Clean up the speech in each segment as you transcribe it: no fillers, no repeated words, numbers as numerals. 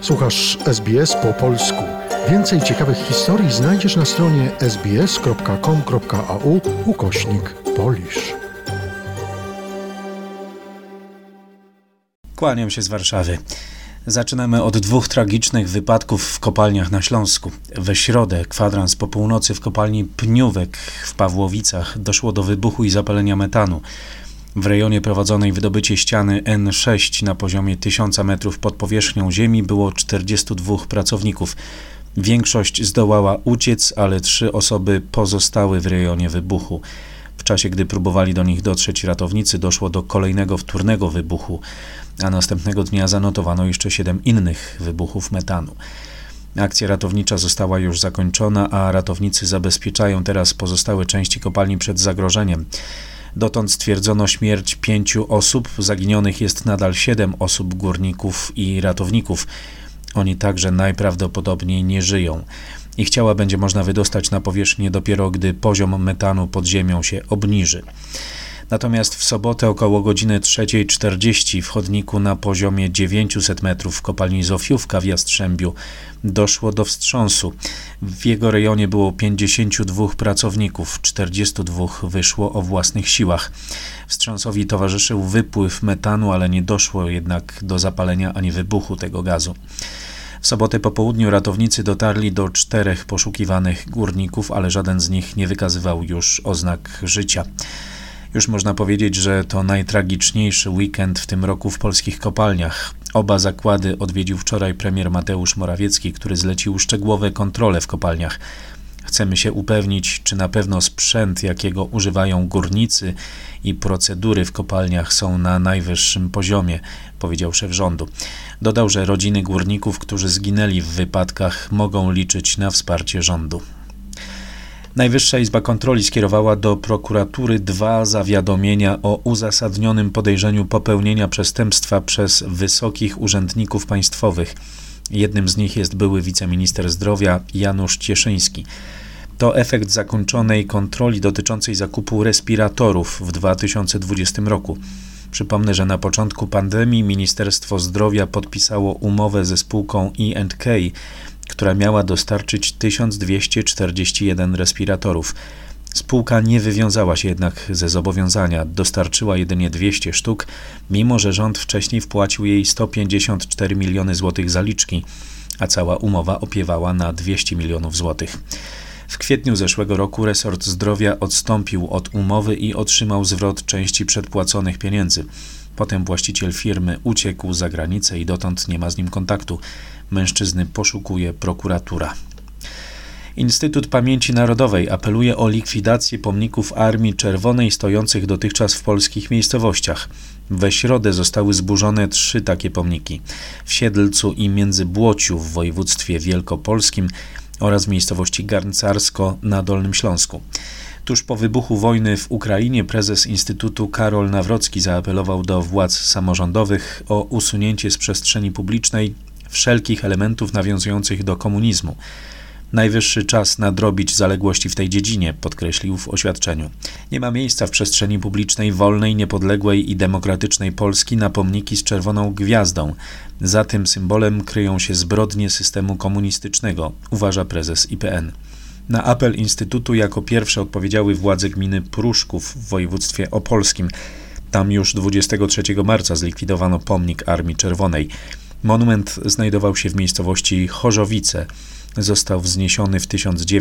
Słuchasz SBS po polsku. Więcej ciekawych historii znajdziesz na stronie sbs.com.au/Polish. Kłaniam się z Warszawy. Zaczynamy od 2 tragicznych wypadków w kopalniach na Śląsku. We środę, kwadrans po północy, w kopalni Pniówek w Pawłowicach doszło do wybuchu i zapalenia metanu. W rejonie prowadzonej wydobycie ściany N6 na poziomie 1000 metrów pod powierzchnią ziemi było 42 pracowników. Większość zdołała uciec, ale 3 osoby pozostały w rejonie wybuchu. W czasie, gdy próbowali do nich dotrzeć ratownicy, doszło do kolejnego wtórnego wybuchu, a następnego dnia zanotowano jeszcze 7 innych wybuchów metanu. Akcja ratownicza została już zakończona, a ratownicy zabezpieczają teraz pozostałe części kopalni przed zagrożeniem. Dotąd stwierdzono śmierć 5 osób, zaginionych jest nadal 7 osób, górników i ratowników. Oni także najprawdopodobniej nie żyją. Ich ciała będzie można wydostać na powierzchnię dopiero, gdy poziom metanu pod ziemią się obniży. Natomiast w sobotę około godziny 3:40 w chodniku na poziomie 900 metrów w kopalni Zofiówka w Jastrzębiu doszło do wstrząsu. W jego rejonie było 52 pracowników, 42 wyszło o własnych siłach. Wstrząsowi towarzyszył wypływ metanu, ale nie doszło jednak do zapalenia ani wybuchu tego gazu. W sobotę po południu ratownicy dotarli do 4 poszukiwanych górników, ale żaden z nich nie wykazywał już oznak życia. Już można powiedzieć, że to najtragiczniejszy weekend w tym roku w polskich kopalniach. Oba zakłady odwiedził wczoraj premier Mateusz Morawiecki, który zlecił szczegółowe kontrole w kopalniach. Chcemy się upewnić, czy na pewno sprzęt, jakiego używają górnicy i procedury w kopalniach są na najwyższym poziomie, powiedział szef rządu. Dodał, że rodziny górników, którzy zginęli w wypadkach, mogą liczyć na wsparcie rządu. Najwyższa Izba Kontroli skierowała do prokuratury 2 zawiadomienia o uzasadnionym podejrzeniu popełnienia przestępstwa przez wysokich urzędników państwowych. Jednym z nich jest były wiceminister zdrowia Janusz Cieszyński. To efekt zakończonej kontroli dotyczącej zakupu respiratorów w 2020 roku. Przypomnę, że na początku pandemii Ministerstwo Zdrowia podpisało umowę ze spółką E&K, która miała dostarczyć 1241 respiratorów. Spółka nie wywiązała się jednak ze zobowiązania, dostarczyła jedynie 200 sztuk, mimo że rząd wcześniej wpłacił jej 154 miliony złotych zaliczki, a cała umowa opiewała na 200 milionów złotych. W kwietniu zeszłego roku resort zdrowia odstąpił od umowy i otrzymał zwrot części przedpłaconych pieniędzy. Potem właściciel firmy uciekł za granicę i dotąd nie ma z nim kontaktu. Mężczyzny poszukuje prokuratura. Instytut Pamięci Narodowej apeluje o likwidację pomników Armii Czerwonej stojących dotychczas w polskich miejscowościach. We środę zostały zburzone 3 takie pomniki. W Siedlcu i Międzybłociu w województwie wielkopolskim oraz w miejscowości Garncarsko na Dolnym Śląsku. Tuż po wybuchu wojny w Ukrainie prezes Instytutu Karol Nawrocki zaapelował do władz samorządowych o usunięcie z przestrzeni publicznej wszelkich elementów nawiązujących do komunizmu. Najwyższy czas nadrobić zaległości w tej dziedzinie, podkreślił w oświadczeniu. Nie ma miejsca w przestrzeni publicznej wolnej, niepodległej i demokratycznej Polski na pomniki z czerwoną gwiazdą. Za tym symbolem kryją się zbrodnie systemu komunistycznego, uważa prezes IPN. Na apel Instytutu jako pierwsze odpowiedziały władze gminy Pruszków w województwie opolskim. Tam już 23 marca zlikwidowano pomnik Armii Czerwonej. Monument znajdował się w miejscowości Chorzowice. Został wzniesiony w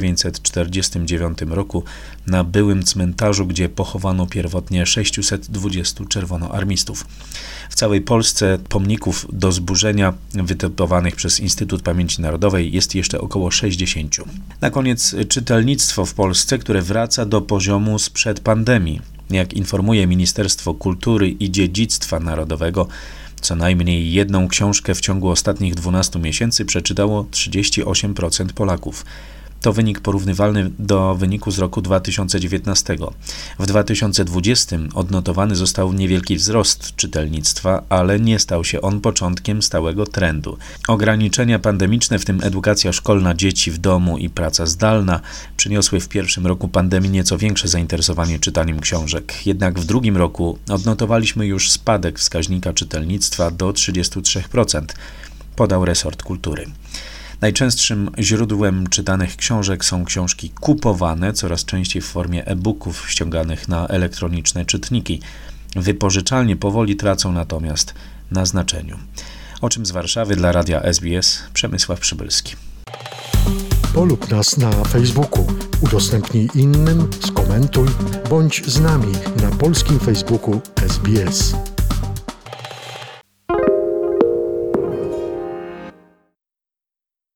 1949 roku na byłym cmentarzu, gdzie pochowano pierwotnie 620 czerwonoarmistów. W całej Polsce pomników do zburzenia wytypowanych przez Instytut Pamięci Narodowej jest jeszcze około 60. Na koniec czytelnictwo w Polsce, które wraca do poziomu sprzed pandemii. Jak informuje Ministerstwo Kultury i Dziedzictwa Narodowego, co najmniej jedną książkę w ciągu ostatnich 12 miesięcy przeczytało 38% Polaków. To wynik porównywalny do wyniku z roku 2019. W 2020 odnotowany został niewielki wzrost czytelnictwa, ale nie stał się on początkiem stałego trendu. Ograniczenia pandemiczne, w tym edukacja szkolna dzieci w domu i praca zdalna, przyniosły w pierwszym roku pandemii nieco większe zainteresowanie czytaniem książek. Jednak w drugim roku odnotowaliśmy już spadek wskaźnika czytelnictwa do 33%. podał resort kultury. Najczęstszym źródłem czytanych książek są książki kupowane, coraz częściej w formie e-booków ściąganych na elektroniczne czytniki. Wypożyczalnie powoli tracą natomiast na znaczeniu. O czym z Warszawy dla Radia SBS Przemysław Przybylski. Polub nas na Facebooku, udostępnij innym, skomentuj, bądź z nami na polskim Facebooku SBS.